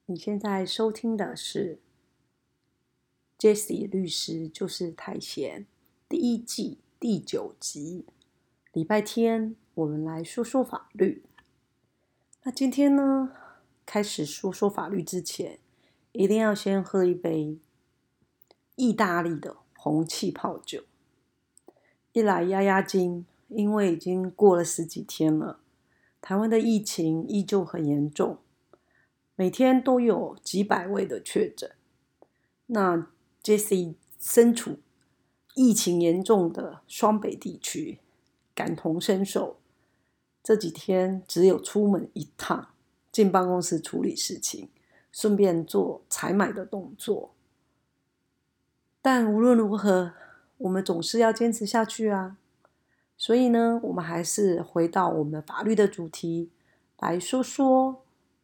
你现在收听的是 Jessie 律师就是太闲第1季第9集。礼拜天我们来说说法律。那今天呢，开始说说法律之前，一定要先喝一杯意大利的红气泡酒。一来压压惊，因为已经过了10几天了，台湾的疫情依旧很严重，每天都有几百位的确诊。那 Jessie 身处疫情严重的双北地区，感同身受。这几天只有出门一趟，进办公室处理事情，顺便做采买的动作。但无论如何，我们总是要坚持下去啊。所以呢，我们还是回到我们法律的主题，来说说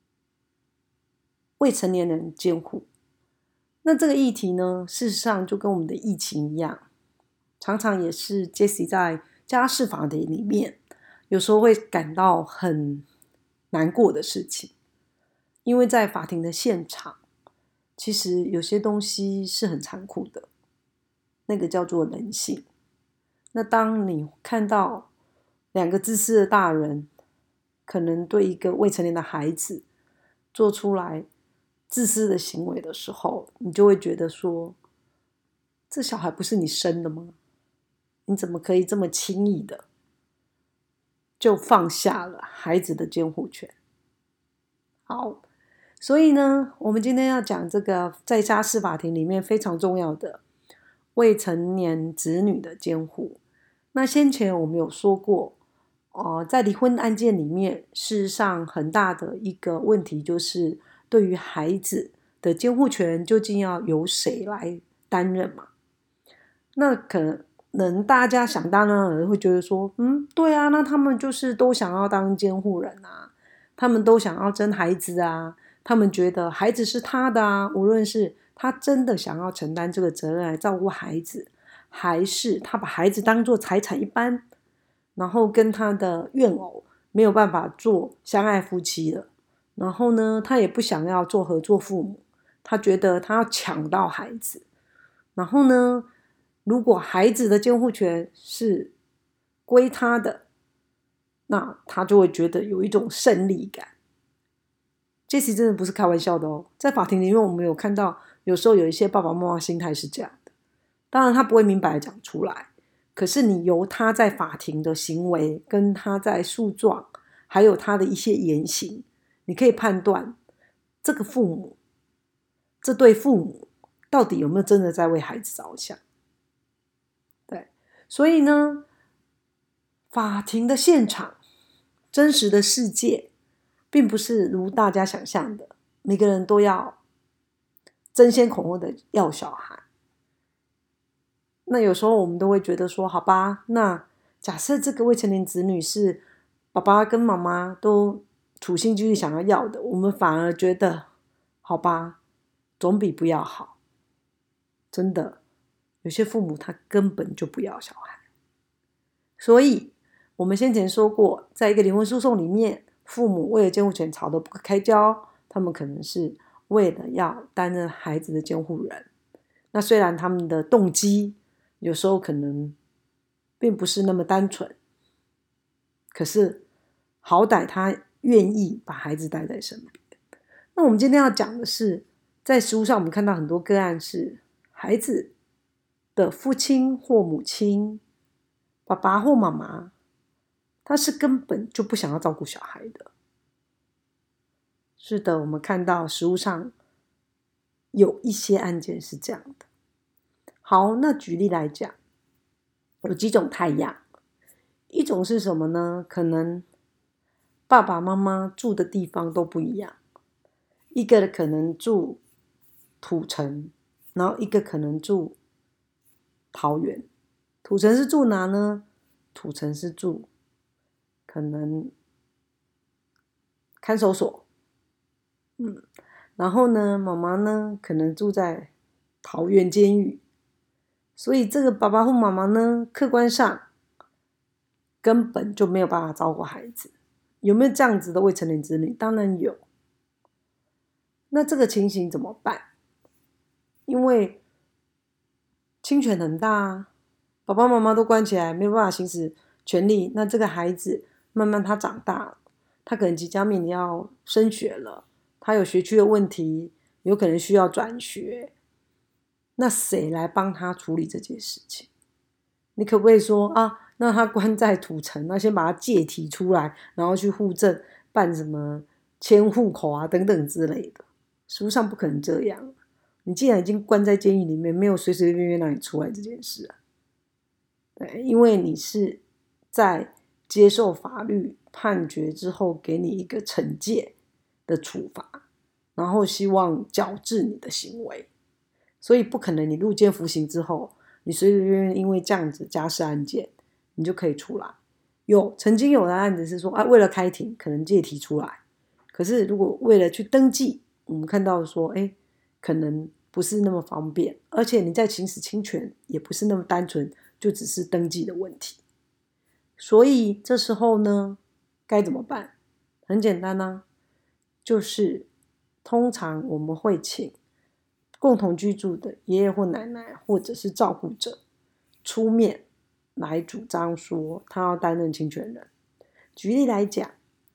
未成年人监护。那这个议题呢，事实上就跟我们的疫情一样，常常也是 Jessie 在家事法庭里面有时候会感到很难过的事情。因为在法庭的现场，其实有些东西是很残酷的，那个叫做人性。那当你看到2个自私的大人可能对一个未成年的孩子做出来自私的行为的时候，你就会觉得说，这小孩不是你生的吗？你怎么可以这么轻易的就放下了孩子的监护权？好，所以呢，我们今天要讲这个在家事法庭里面非常重要的未成年子女的监护。那先前我们有说过，在离婚案件里面，事实上很大的一个问题就是对于孩子的监护权究竟要由谁来担任嘛？那可能大家想当然会觉得说，对啊，那他们就是都想要当监护人啊，他们都想要争孩子啊，他们觉得孩子是他的啊，无论是他真的想要承担这个责任来照顾孩子，还是他把孩子当作财产一般，然后跟他的怨偶没有办法做相爱夫妻了，然后呢，他也不想要做合作父母，他觉得他要抢到孩子，然后呢，如果孩子的监护权是归他的，那他就会觉得有一种胜利感。Jessie 真的不是开玩笑的哦，在法庭里面我们有看到，有时候有一些爸爸妈妈心态是这样的，当然他不会明白地讲出来，可是你由他在法庭的行为，跟他在诉状，还有他的一些言行，你可以判断这个父母，这对父母到底有没有真的在为孩子着想。对，所以呢，法庭的现场，真实的世界并不是如大家想象的，每个人都要争先恐后的要小孩。那有时候我们都会觉得说，好吧，那假设这个未成年子女是爸爸跟妈妈都处心积虑想要的，我们反而觉得，好吧，总比不要好。真的，有些父母他根本就不要小孩。所以我们先前说过，在一个离婚诉讼里面，父母为了监护权吵得不可开交，他们可能是为了要担任孩子的监护人。那虽然他们的动机有时候可能并不是那么单纯，可是好歹他愿意把孩子带在身边。那我们今天要讲的是，在实务上我们看到很多个案是孩子的父亲或母亲，爸爸或妈妈，他是根本就不想要照顾小孩的。是的，我们看到实务上有一些案件是这样的。好，那举例来讲，有几种态样。一种是什么呢？可能爸爸妈妈住的地方都不一样，一个可能住土城，然后一个可能住桃园。土城是住哪呢？土城是住可能看守所，然后呢，妈妈呢可能住在桃园监狱。所以这个爸爸或妈妈呢，客观上根本就没有办法照顾孩子。有没有这样子的未成年子女？当然有。 那这个情形怎么办？因为侵权很大啊，爸爸妈妈都关起来，没有办法行使权利，那这个孩子慢慢他长大了，他可能即将面临要升学了，他有学区的问题，有可能需要转学，那谁来帮他处理这件事情？你可不可以说啊，那他关在土城，那先把他借提出来，然后去户政办什么迁户口啊等等之类的？书上不可能这样。你既然已经关在监狱里面，没有随随便便让你出来这件事啊。对，因为你是在接受法律判决之后，给你一个惩戒的处罚，然后希望矫治你的行为，所以不可能你入监服刑之后，你随随便便因为这样子家事案件，你就可以出来。曾经有的案子是说啊，为了开庭可能借题出来，可是如果为了去登记，我们看到说，可能不是那么方便，而且你在行使侵权也不是那么单纯，就只是登记的问题。所以这时候呢，该怎么办？很简单啊，就是通常我们会请共同居住的爷爷或奶奶或者是照顾者出面来主张说他要担任侵权人。举例来讲，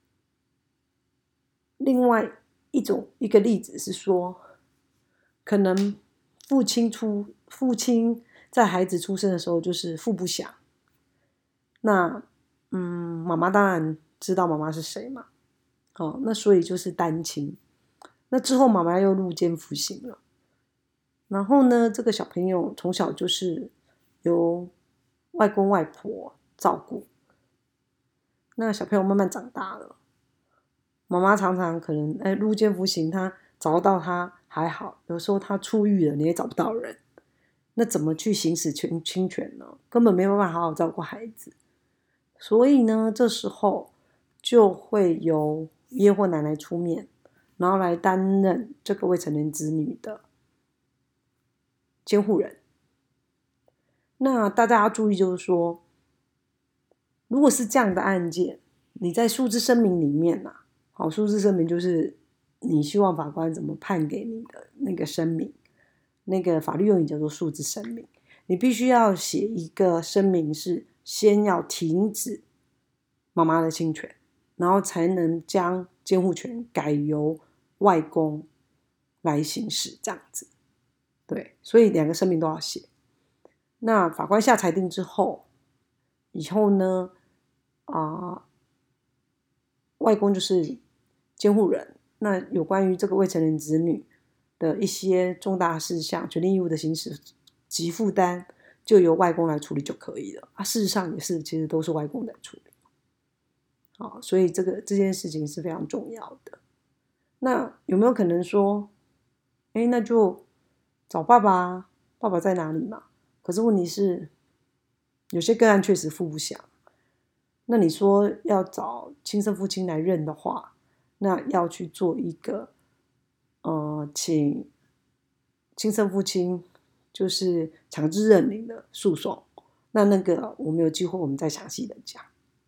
另外一个例子是说，可能父亲在孩子出生的时候就是父不详，那妈妈当然知道妈妈是谁嘛，那所以就是单亲。那之后妈妈又入监服刑了，然后呢，这个小朋友从小就是由外公外婆照顾，那小朋友慢慢长大了，妈妈常常可能入监服刑，他找到他还好，有时候他出狱了你也找不到人，那怎么去行使侵权呢？根本没办法好好照顾孩子，所以呢，这时候就会由爷爷或奶奶出面，然后来担任这个未成年子女的监护人。那大家要注意，就是说，如果是这样的案件，你在诉之声明里面诉之声明就是你希望法官怎么判给你的那个声明，那个法律用语叫做诉之声明。你必须要写一个声明，是先要停止妈妈的侵权，然后才能将监护权改由外公来行使，这样子。对，所以两个声明都要写。那法官下裁定之后，以后呢，外公就是监护人，那有关于这个未成年子女的一些重大事项、权利义务的行使及负担，就由外公来处理就可以了。事实上也是，其实都是外公在处理。好，所以这件事情是非常重要的。那有没有可能说，那就找爸爸，爸爸在哪里嘛？可是问题是，有些个案确实父不详，那你说要找亲生父亲来认的话，那要去做一个请亲生父亲就是强制认领的诉讼，那个我们有机会我们再详细的讲。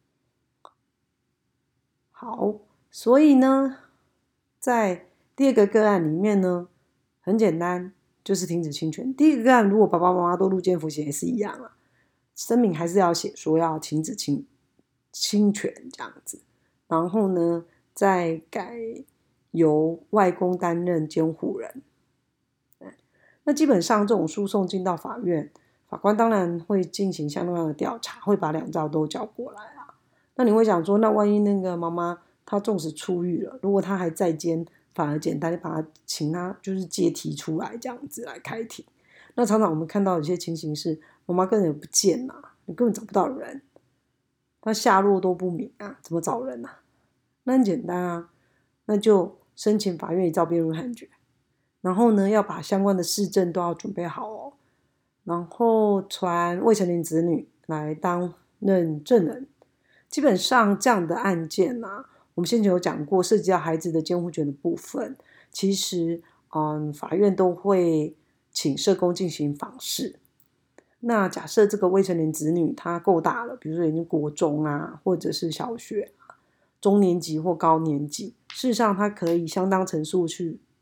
好，所以呢，在第二个个案里面呢，很简单，就是停止侵权。第一个个案，如果爸爸妈妈都入监服刑也是一样啊，声明还是要写说要停止侵权这样子，然后呢，再改由外公担任监护人。那基本上这种诉讼进到法院，法官当然会进行相关的调查，会把两造都叫过来啊。那你会想说，那万一那个妈妈她纵使出狱了，如果她还在监，反而简单，你把她请她就是借题出来这样子来开庭。那常常我们看到有些情形是，妈妈根本不见你根本找不到人，她下落都不明怎么找人那很简单那就申请法院依照辩论判决，然后呢，要把相关的事证都要准备好然后传未成年子女来担任证人。基本上这样的案件我们先前有讲过，涉及到孩子的监护权的部分，其实法院都会请社工进行访视。那假设这个未成年子女他够大了，比如说已经国中或者是小学中年级或高年级，事实上他可以相当程度去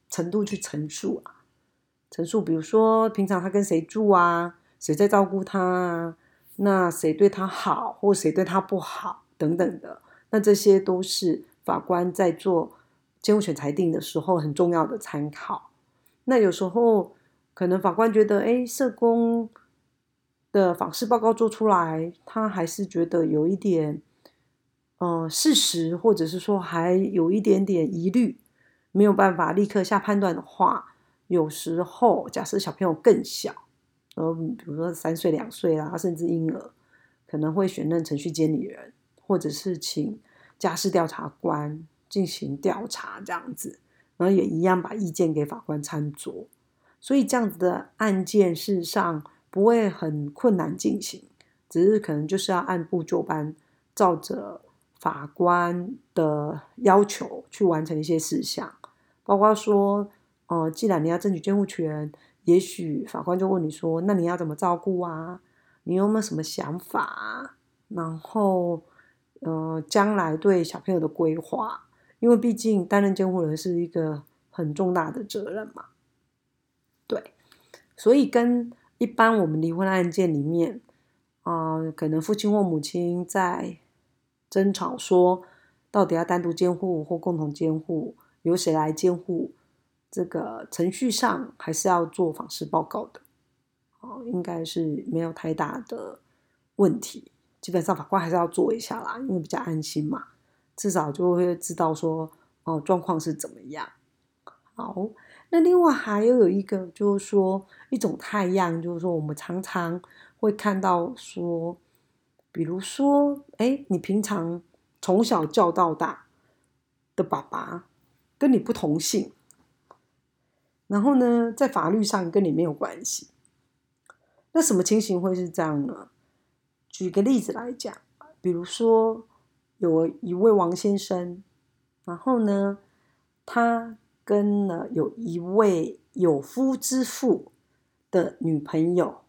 程度去陈述啊，陈述比如说平常他跟谁住啊，谁在照顾他啊，那谁对他好或谁对他不好等等的，那这些都是法官在做监护权裁定的时候很重要的参考。那有时候可能法官觉得社工的访视报告做出来，他还是觉得有一点事实，或者是说还有一点点疑虑，没有办法立刻下判断的话，有时候假设小朋友更小，比如说3岁2岁啦，甚至婴儿，可能会选任程序监理人，或者是请家事调查官进行调查这样子，然后也一样把意见给法官参酌。所以这样子的案件事实上不会很困难进行，只是可能就是要按部就班，照着法官的要求去完成一些事项，包括说既然你要争取监护权，也许法官就问你说，那你要怎么照顾啊？你有没有什么想法啊？然后将来对小朋友的规划，因为毕竟担任监护人是一个很重大的责任嘛。对，所以跟一般我们离婚案件里面可能父亲或母亲在争吵说到底要单独监护或共同监护，由谁来监护，这个程序上还是要做访视报告的，应该是没有太大的问题，基本上法官还是要做一下啦，因为比较安心嘛，至少就会知道说状况是怎么样。好，那另外还有一个就是说一种太阳，就是说我们常常会看到说，比如说你平常从小叫到大的爸爸跟你不同姓，然后呢在法律上跟你没有关系，那什么情形会是这样呢？举个例子来讲，比如说有一位王先生，然后呢他跟了有一位有夫之妇的女朋友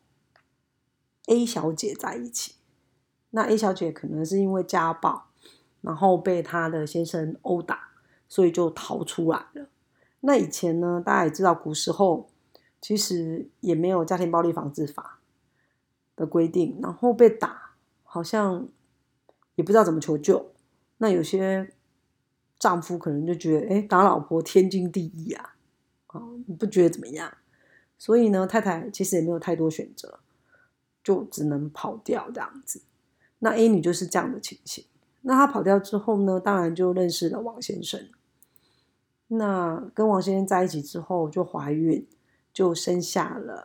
A 小姐在一起，那 A 小姐可能是因为家暴，然后被她的先生殴打，所以就逃出来了。那以前呢，大家也知道古时候其实也没有家庭暴力防治法的规定，然后被打好像也不知道怎么求救，那有些丈夫可能就觉得打老婆天经地义啊，你不觉得怎么样？所以呢太太其实也没有太多选择，就只能跑掉这样子。那 A 女就是这样的情形，那她跑掉之后呢，当然就认识了王先生，那跟王先生在一起之后就怀孕，就生下了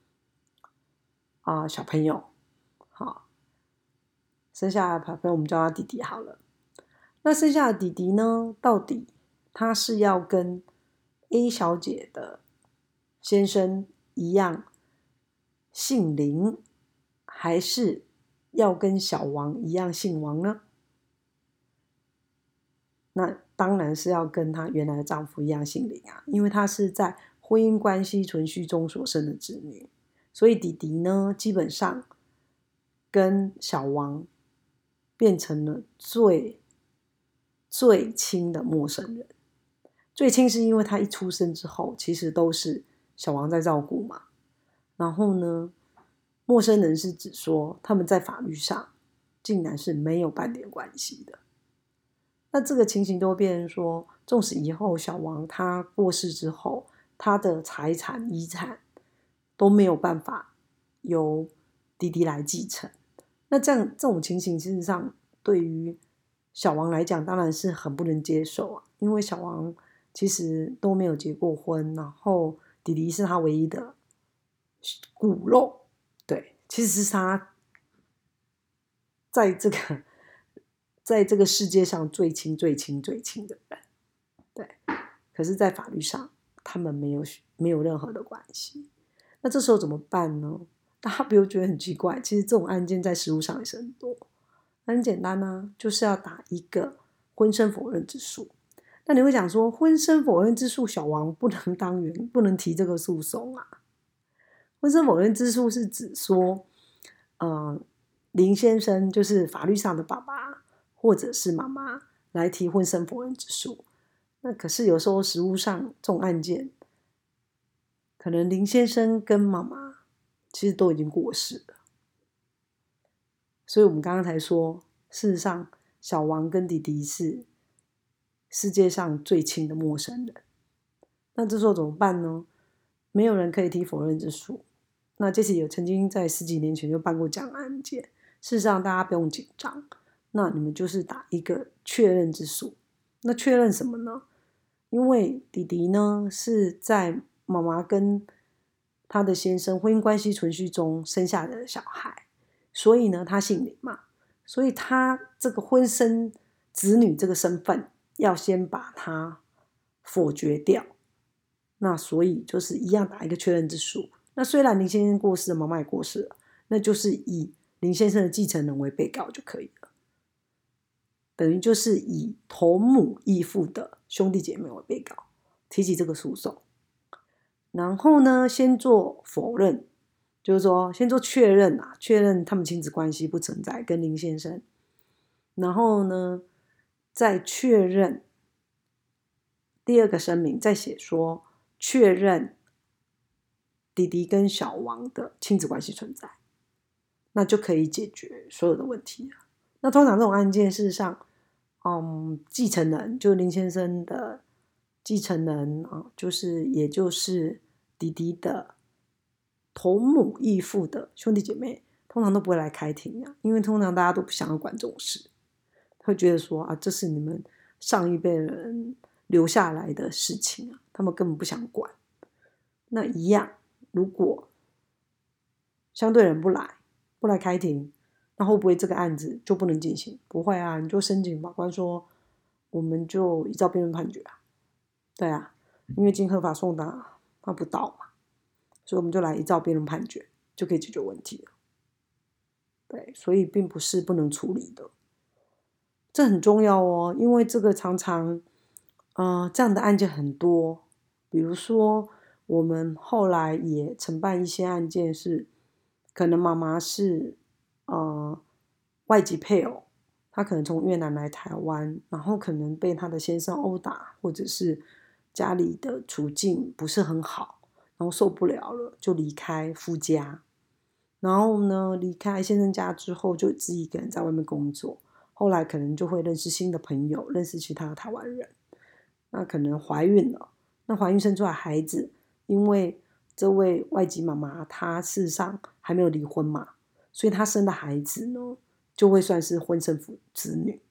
小朋友。好，生下的小朋友我们叫他弟弟好了。那生下的弟弟呢，到底他是要跟 A 小姐的先生一样姓林，还是要跟小王一样姓王呢？那当然是要跟她原来的丈夫一样姓林啊，因为她是在婚姻关系存续中所生的子女，所以弟弟呢基本上跟小王变成了最亲的陌生人。最亲是因为他一出生之后其实都是小王在照顾嘛，然后呢陌生人是指说他们在法律上竟然是没有半点关系的。那这个情形都会变成说，纵使以后小王他过世之后，他的财产遗产都没有办法由弟弟来继承，那这种情形事实上对于小王来讲当然是很不能接受啊，因为小王其实都没有结过婚，然后弟弟是他唯一的骨肉，对，其实是他在这个世界上最亲的人，对，可是在法律上他们没有任何的关系。那这时候怎么办呢？大家不要觉得很奇怪，其实这种案件在实务上也是很多，很简单啊，就是要打一个婚生否认之诉。那你会讲说，婚生否认之诉小王不能提这个诉讼啊？婚生否认之诉是指说林先生就是法律上的爸爸或者是妈妈来提婚生否认之诉， 那可是有时候实务上这种案件，可能林先生跟妈妈其实都已经过世了，所以我们刚刚才说，事实上小王跟弟弟是世界上最亲的陌生人。那这时候怎么办呢？没有人可以提否认之诉。那这次也曾经在10几年前就办过这样的案件。事实上大家不用紧张，那你们就是打一个确认之诉。那确认什么呢？因为弟弟呢是在妈妈跟他的先生婚姻关系存续中生下的小孩，所以呢他姓林嘛，所以他这个婚生子女这个身份要先把它否决掉。那所以就是一样打一个确认之诉。那虽然林先生过世了，妈妈也过世了，那就是以林先生的继承人为被告就可以了，等于就是以同母异父的兄弟姐妹为被告提起这个诉讼。然后呢先做否认，就是说先做确认啊，确认他们亲子关系不存在跟林先生，然后呢再确认第二个声明，再写说确认弟弟跟小王的亲子关系存在，那就可以解决所有的问题了。那通常这种案件事实上继承人就林先生的继承人也就是弟弟的同母异父的兄弟姐妹，通常都不会来开庭啊，因为通常大家都不想要管这种事，会觉得说这是你们上一辈人留下来的事情啊，他们根本不想管。那一样，如果相对人不来开庭，那会不会这个案子就不能进行？不会啊，你就申请法官说，我们就依照辩论判决啊。对啊，因为经合法送达他不到嘛，所以我们就来依照辩论判决，就可以解决问题了。对，所以并不是不能处理的，这很重要哦，因为这个常常这样的案件很多。比如说我们后来也承办一些案件是，可能妈妈是外籍配偶，她可能从越南来台湾，然后可能被她的先生殴打，或者是家里的处境不是很好，然后受不了了就离开夫家，然后呢离开先生家之后就自己一个人在外面工作，后来可能就会认识新的朋友，认识其他的台湾人，那可能怀孕了，那怀孕生出来孩子，因为这位外籍妈妈她事实上还没有离婚嘛，所以她生的孩子呢就会算是婚生子女。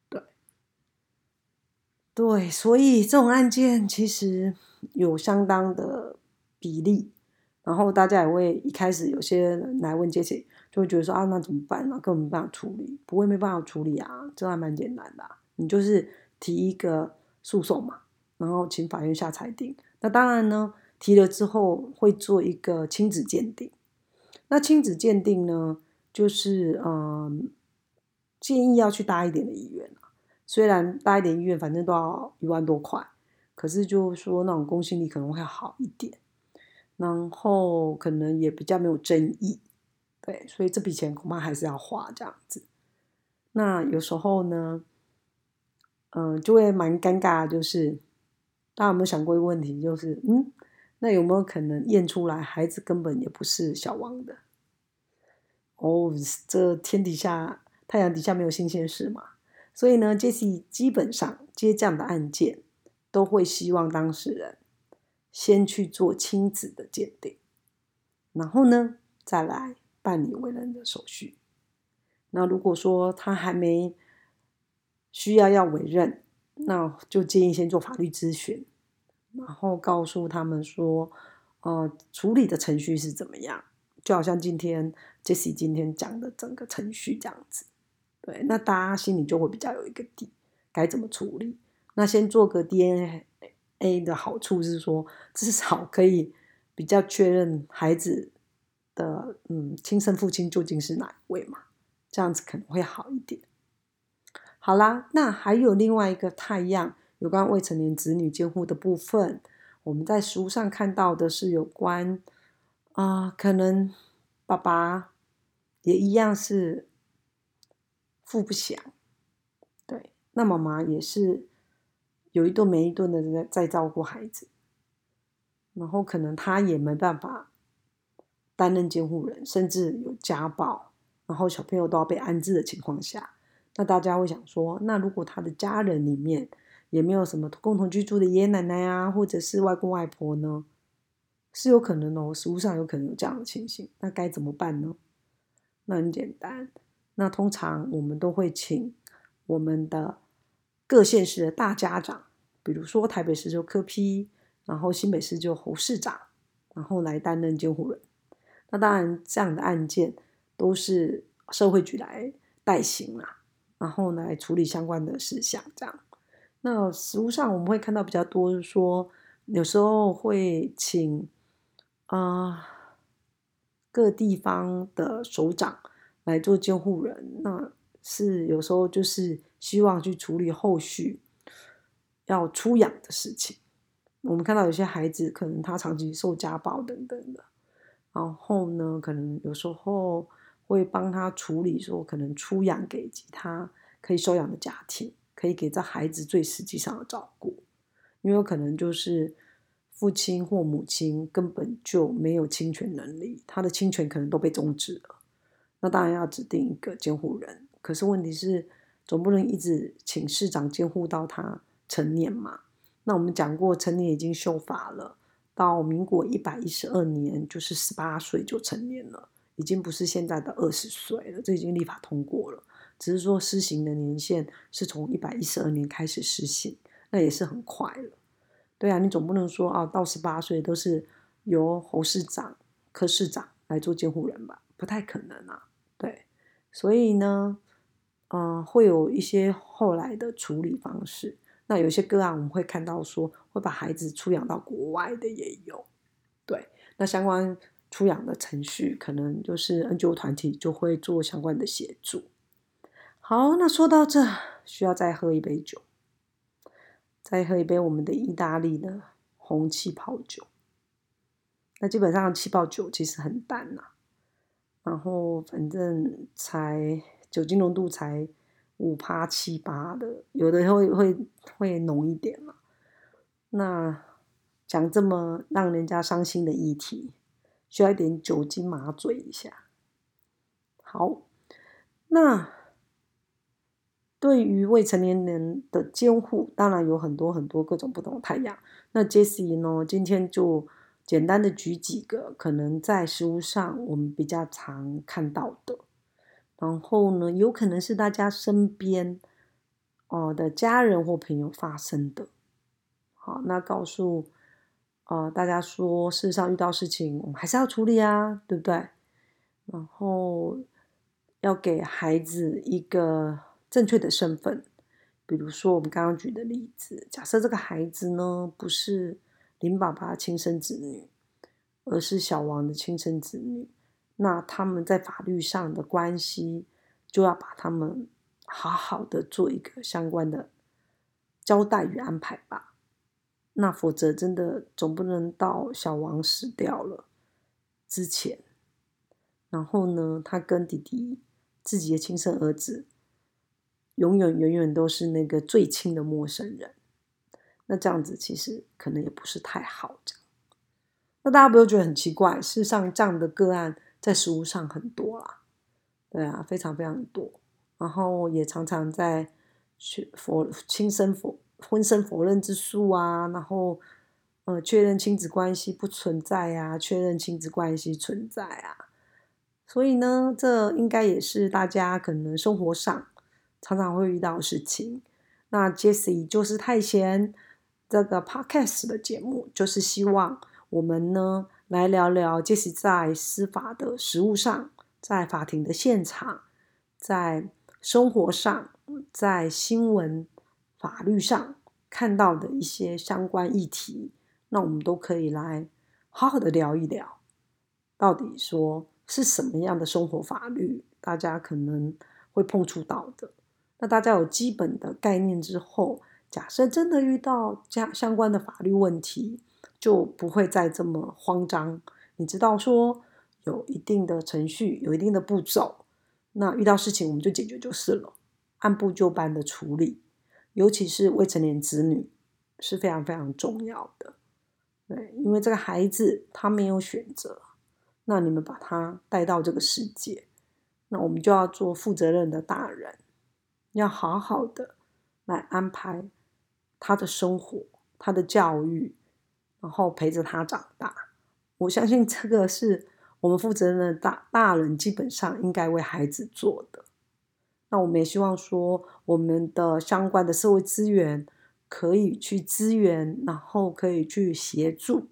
对，所以这种案件其实有相当的比例，然后大家也会一开始有些人来问杰西，就会觉得说那怎么办呢？根本没办法处理，不会没办法处理啊，这还蛮简单的你就是提一个诉讼嘛，然后请法院下裁定。那当然呢，提了之后会做一个亲子鉴定。那亲子鉴定呢，就是建议要去大一点的医院。虽然大一点医院反正都要1万多块，可是就是说那种公信力可能会好一点，然后可能也比较没有争议，对，所以这笔钱恐怕还是要花这样子。那有时候呢，就会蛮尴尬的，就是大家有没有想过一个问题，就是那有没有可能验出来孩子根本也不是小王的？这天底下太阳底下没有新鲜事嘛。所以呢，Jessie 基本上接这样的案件，都会希望当事人先去做亲子的鉴定，然后呢，再来办理委任的手续。那如果说他还没需要委任，那就建议先做法律咨询，然后告诉他们说，处理的程序是怎么样，就好像Jessie 今天讲的整个程序这样子。对，那大家心里就会比较有一个底，该怎么处理。那先做个 DNA 的好处是说，至少可以比较确认孩子的亲生父亲究竟是哪一位嘛，这样子可能会好一点。好啦，那还有另外一个太阳有关未成年子女监护的部分，我们在书上看到的是有关可能爸爸也一样是父不详，对，那妈妈也是有一顿没一顿的在照顾孩子，然后可能他也没办法担任监护人，甚至有家暴，然后小朋友都要被安置的情况下，那大家会想说，那如果他的家人里面也没有什么共同居住的爷爷奶奶啊，或者是外公外婆呢？是有可能哦，实务上有可能有这样的情形，那该怎么办呢？那很简单，那通常我们都会请我们的各县市的大家长，比如说台北市就柯 P， 然后新北市就侯市长，然后来担任监护人。那当然这样的案件都是社会局来代行啦，然后来处理相关的事项这样。那实务上我们会看到比较多是说，有时候会请各地方的首长来做监护人，那是有时候就是希望去处理后续要出养的事情。我们看到有些孩子可能他长期受家暴等等的，然后呢，可能有时候会帮他处理说可能出养给其他可以收养的家庭，可以给这孩子最实际上的照顾，因为有可能就是父亲或母亲根本就没有侵权能力，他的侵权可能都被终止了，那当然要指定一个监护人。可是问题是总不能一直请市长监护到他成年嘛。那我们讲过成年已经修法了，到民国112年就是18岁就成年了，已经不是现在的20岁了，这已经立法通过了，只是说施行的年限是从112年开始施行，那也是很快了。对啊，你总不能说到18岁都是由侯市长、柯市长来做监护人吧？不太可能啊。对，所以呢，会有一些后来的处理方式。那有些个案我们会看到说，会把孩子出养到国外的也有。对，那相关出养的程序，可能就是 NGO 团体就会做相关的协助。好，那说到这，需要再喝一杯酒。再喝一杯我们的意大利的红气泡酒。那基本上气泡酒其实很淡啦，然后反正酒精浓度才5%、7%的，有的会浓一点嘛。那讲这么让人家伤心的议题，需要一点酒精麻醉一下。好，那对于未成年人的监护，当然有很多很多各种不同的太阳。那 Jessie 呢，今天就简单的举几个可能在实务上我们比较常看到的，然后呢，有可能是大家身边的家人或朋友发生的。好，那告诉大家说，事实上遇到事情我们还是要处理啊，对不对？然后要给孩子一个正确的身份，比如说我们刚刚举的例子，假设这个孩子呢不是林爸爸亲生子女，而是小王的亲生子女，那他们在法律上的关系就要把他们好好的做一个相关的交代与安排吧。那否则真的总不能到小王死掉了之前，然后呢，他跟弟弟自己的亲生儿子永远都是那个最亲的陌生人，那这样子其实可能也不是太好这样。那大家不会觉得很奇怪，事实上这样的个案在实务上很多啦，对啊，非常非常多，然后也常常在婚生否认之诉啊，然后确认亲子关系不存在啊，确认亲子关系存在啊，所以呢，这应该也是大家可能生活上常常会遇到的事情。那 Jessie 就是太闲这个 podcast 的节目，就是希望我们呢来聊聊 Jessie 在司法的实务上，在法庭的现场，在生活上，在新闻法律上看到的一些相关议题，那我们都可以来好好的聊一聊，到底说是什么样的生活法律大家可能会碰触到的。那大家有基本的概念之后，假设真的遇到相关的法律问题，就不会再这么慌张。你知道说有一定的程序，有一定的步骤，那遇到事情我们就解决就是了，按部就班的处理。尤其是未成年子女， 是非常非常重要的。对，因为这个孩子他没有选择，那你们把他带到这个世界，那我们就要做负责任的大人，要好好的来安排他的生活、他的教育，然后陪着他长大。我相信这个是我们负责任的大人基本上应该为孩子做的。那我们也希望说，我们的相关的社会资源可以去支援，然后可以去协助，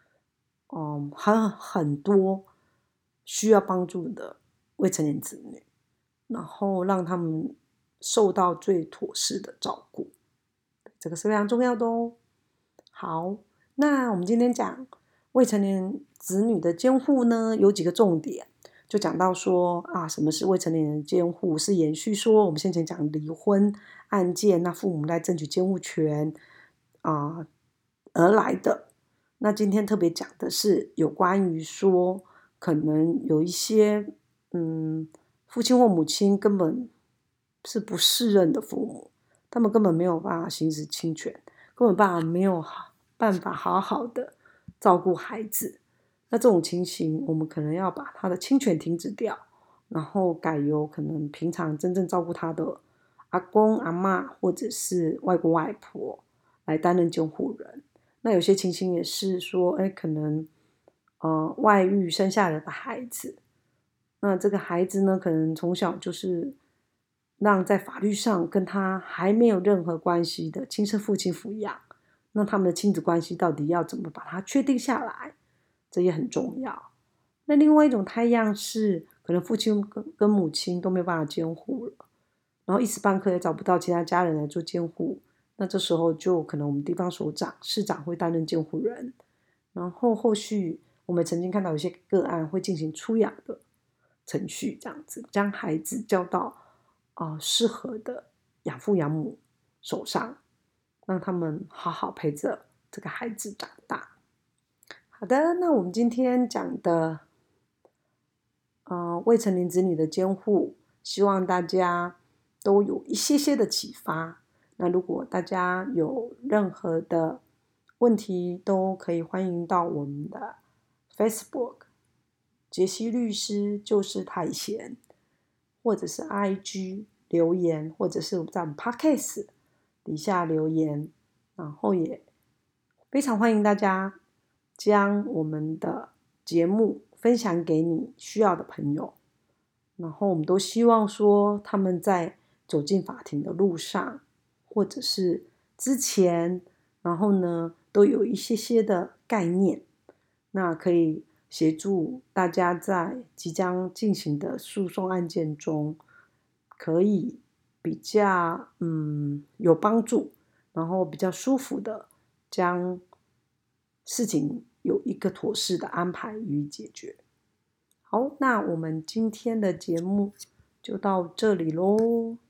很多需要帮助的未成年子女，然后让他们受到最妥适的照顾，这个是非常重要的哦。好，那我们今天讲未成年子女的监护呢，有几个重点，就讲到说什么是未成年人监护，是延续说我们先前讲离婚案件，那父母来争取监护权而来的。那今天特别讲的是有关于说，可能有一些父亲或母亲根本是不适任的父母，他们根本没有办法行使亲权，根本没有办法好好的照顾孩子。那这种情形，我们可能要把他的亲权停止掉，然后改由可能平常真正照顾他的阿公阿嬷或者是外公外婆来担任监护人。那有些情形也是说，可能外遇生下来的孩子，那这个孩子呢，可能从小就是让在法律上跟他还没有任何关系的亲生父亲抚养，那他们的亲子关系到底要怎么把它确定下来，这也很重要。那另外一种态样是，可能父亲跟母亲都没有办法监护了，然后一时半刻也找不到其他家人来做监护，那这时候就可能我们地方首长、市长会担任监护人，然后后续我们曾经看到有些个案会进行出养的程序，这样子将孩子交到适合的养父养母手上，让他们好好陪着这个孩子长大。好的，那我们今天讲的未成年子女的监护，希望大家都有一些些的启发。那如果大家有任何的问题，都可以欢迎到我们的 Facebook 杰西律师就是太闲，或者是 IG 留言，或者是在我们 Podcast 底下留言，然后也非常欢迎大家将我们的节目分享给你需要的朋友，然后我们都希望说他们在走进法庭的路上，或者是之前，然后呢都有一些些的概念，那可以协助大家在即将进行的诉讼案件中，可以比较有帮助，然后比较舒服的将事情有一个妥适的安排予以解决。好，那我们今天的节目就到这里咯。